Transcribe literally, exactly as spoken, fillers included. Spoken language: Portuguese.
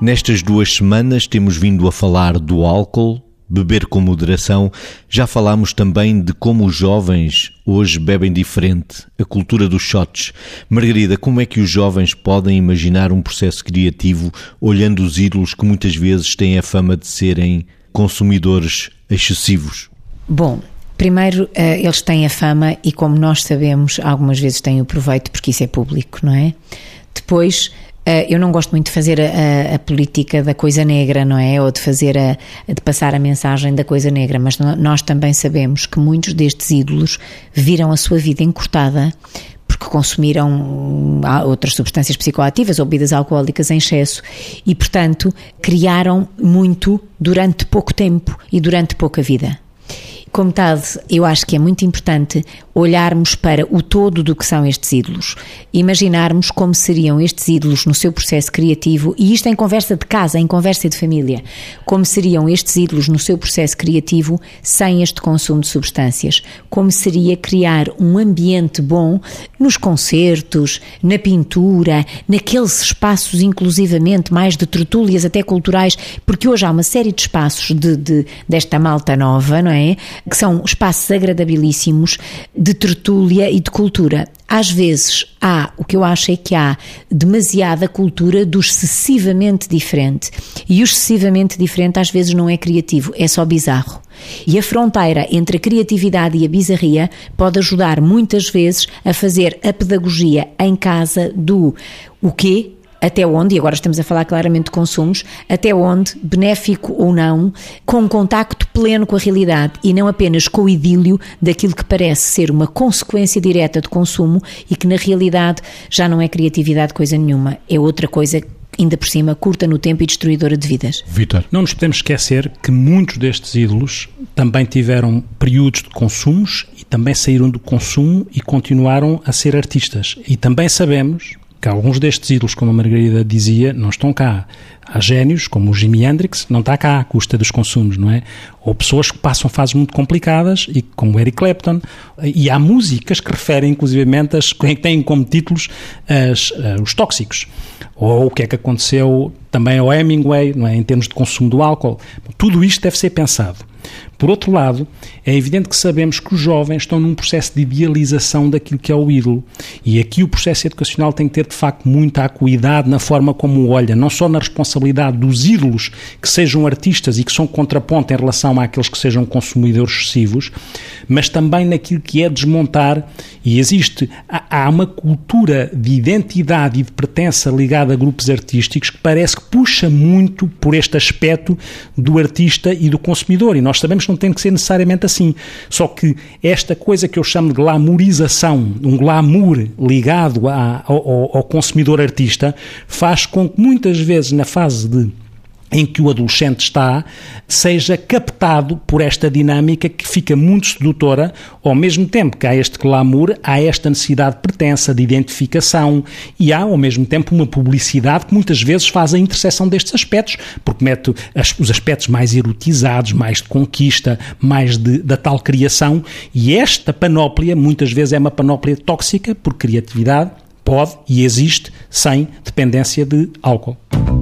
Nestas duas semanas temos vindo a falar do álcool, beber com moderação. Já falámos também de como os jovens hoje bebem diferente, a cultura dos shots. Margarida, como é que os jovens podem imaginar um processo criativo olhando os ídolos que muitas vezes têm a fama de serem consumidores excessivos? Bom, primeiro, eles têm a fama e, como nós sabemos, algumas vezes têm o proveito porque isso é público, não é? Depois, eu não gosto muito de fazer a, a política da coisa negra, não é? Ou de fazer a, de passar a mensagem da coisa negra, mas nós também sabemos que muitos destes ídolos viram a sua vida encurtada porque consumiram outras substâncias psicoativas ou bebidas alcoólicas em excesso e, portanto, criaram muito durante pouco tempo e durante pouca vida. Como tal, eu acho que é muito importante olharmos para o todo do que são estes ídolos, imaginarmos como seriam estes ídolos no seu processo criativo, e isto em conversa de casa, em conversa de família, como seriam estes ídolos no seu processo criativo sem este consumo de substâncias, como seria criar um ambiente bom nos concertos, na pintura, naqueles espaços inclusivamente mais de tertúlias até culturais, porque hoje há uma série de espaços de, de, desta malta nova, não é? Que são espaços agradabilíssimos de tertúlia e de cultura. Às vezes há, o que eu acho é que há demasiada cultura do excessivamente diferente. E o excessivamente diferente às vezes não é criativo, é só bizarro. E a fronteira entre a criatividade e a bizarria pode ajudar muitas vezes a fazer a pedagogia em casa do o quê? Até onde, e agora estamos a falar claramente de consumos, até onde, benéfico ou não, com um contacto pleno com a realidade e não apenas com o idílio daquilo que parece ser uma consequência direta de consumo e que na realidade já não é criatividade coisa nenhuma, é outra coisa ainda por cima curta no tempo e destruidora de vidas. Vítor, não nos podemos esquecer que muitos destes ídolos também tiveram períodos de consumos e também saíram do consumo e continuaram a ser artistas. E também sabemos que alguns destes ídolos, como a Margarida dizia, não estão cá. Há génios, como o Jimi Hendrix, não está cá à custa dos consumos, não é? Ou pessoas que passam fases muito complicadas, e como Eric Clapton, e há músicas que referem, inclusivamente, as, que têm como títulos as, uh, os tóxicos. Ou o que é que aconteceu também ao Hemingway, não é? Em termos de consumo do álcool. Tudo isto deve ser pensado. Por outro lado, é evidente que sabemos que os jovens estão num processo de idealização daquilo que é o ídolo. E aqui o processo educacional tem que ter, de facto, muita acuidade na forma como olha, não só na responsabilidade dos ídolos que sejam artistas e que são contraponto em relação àqueles que sejam consumidores excessivos, mas também naquilo que é desmontar, e existe, há, há uma cultura de identidade e de pertença ligada a grupos artísticos que parece que puxa muito por este aspecto do artista e do consumidor, e nós sabemos que não tem que ser necessariamente assim, só que esta coisa que eu chamo de glamourização, um glamour ligado a, ao, ao consumidor artista, faz com que muitas vezes na fase de em que o adolescente está, seja captado por esta dinâmica que fica muito sedutora, ao mesmo tempo que há este glamour, há esta necessidade de pertença, de identificação, e há, ao mesmo tempo, uma publicidade que muitas vezes faz a interseção destes aspectos, porque mete as, os aspectos mais erotizados, mais de conquista, mais de, da tal criação, e esta panóplia, muitas vezes, é uma panóplia tóxica, porque criatividade pode e existe sem dependência de álcool.